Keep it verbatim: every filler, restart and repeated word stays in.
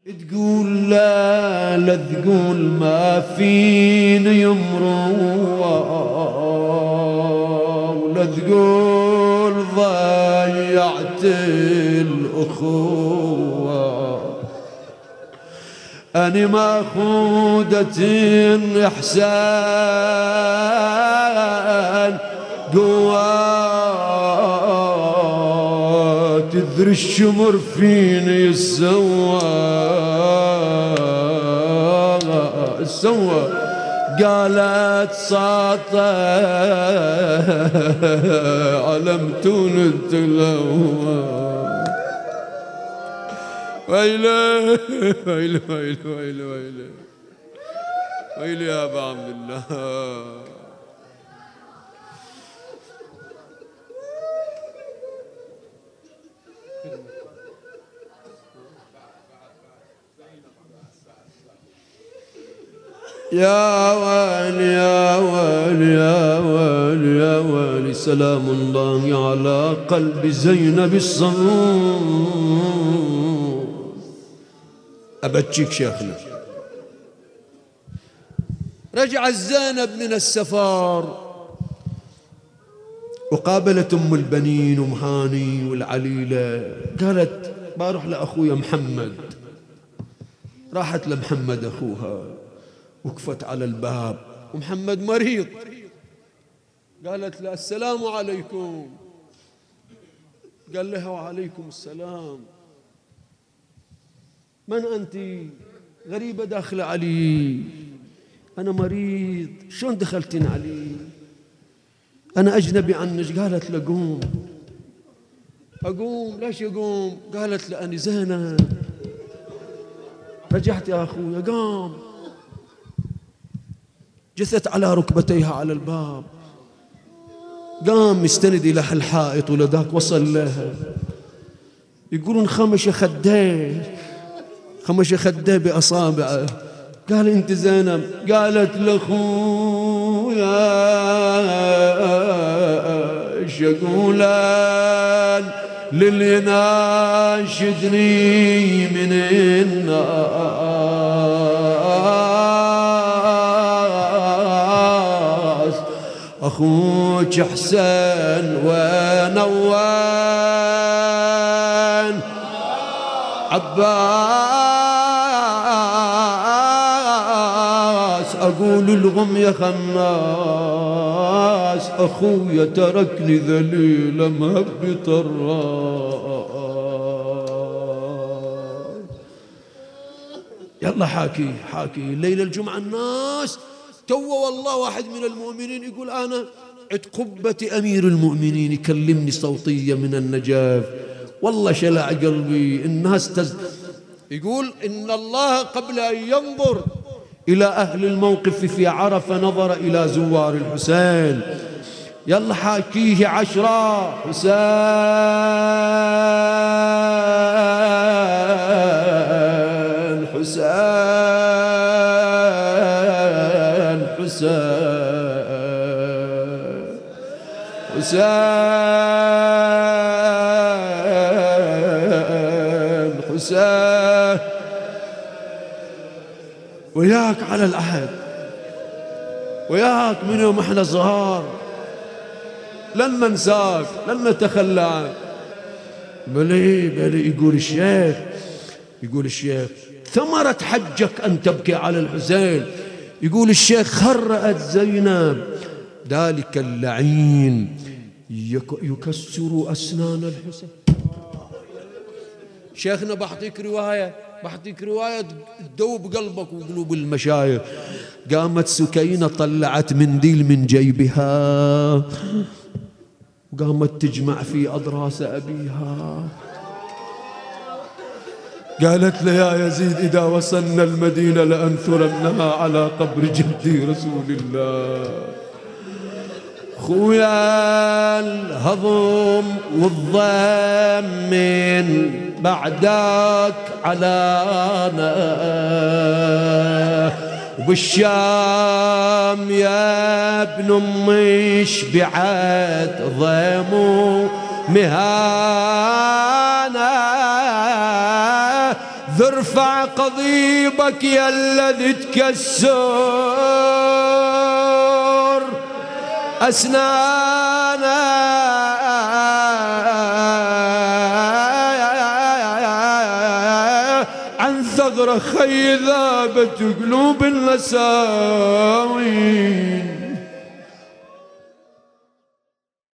تقول لا لا تقول ما فيني يمروا، ولا تقول ضيعت الأخوة. أنا ماخودة إحسان قوات تذري الشمر فيني السوا السوا. قالت ساطة علمتون التلوى. ويلي ويلي ويلي ويلي ويلي ويلي يا أبا عبد الله. يا ويلي يا ويلي يا ويلي يا ويلي. سلام الله على قلب زينب الصغور. أبتشيك شيخنا. رجعت زينب من السفر وقابلت أم البنين أم هاني والعليلة. قالت بروح لأخويا محمد. راحت لمحمد أخوها وقفت على الباب ومحمد مريض. قالت له السلام عليكم. قال لها وعليكم السلام. من أنت؟ غريبة داخلة علي. أنا مريض. شلون دخلتين علي؟ أنا أجنبي عنك. قالت له قوم. أقوم؟ ليش أقوم؟ قالت له أنا زينب. رجعت يا أخويا. قام جثت على ركبتيها على الباب. قام يستند إلى الحائط ولذاك وصل لها. يقولون خمش خديه خمش خديه بأصابعه. قال أنت زينب؟ قالت لأخويا ايش يقولان للي يناشدني من الناس. أخوك حسين ونوان عباس. أقول لهم يا خماس أخويا تركني ذليلا مهبط الراس. يلا حاكي حاكي. ليلة الجمعة الناس تو والله واحد من المؤمنين يقول أنا عند قبة أمير المؤمنين يكلمني صوتية من النجاف. والله شلع قلبي. الناس تز... يقول إن الله قبل أن ينظر إلى أهل الموقف في عرفة نظر إلى زوار الحسين. يلا حاكيه عشرة. حسين حسين حسين حسين حسين. وياك على العهد وياك من يوم احنا صغار لن ننساك لن نتخلى عنك. بلي بلي. يقول الشيخ يقول الشيخ ثمرة حجك أن تبكي على الحسين. يقول الشيخ خرأت زينب ذلك اللعين يكسر أسنان الحسين. شيخنا بحطيك رواية بحطيك رواية تدوب قلبك وقلوب المشايخ. قامت سكينة طلعت منديل من جيبها وقامت تجمع في أضراس أبيها. قالت له يا يزيد إذا وصلنا المدينة لأنثرنها على قبر جدي رسول الله. خويا الهضم والضم من بعدك علانا وبالشام يا ابن امي شبعت ضيمو مهانا. ذرفع قضيبك يا الذي تكسر أسنانا عن ثغرة خي ذابت قلوب النساوين.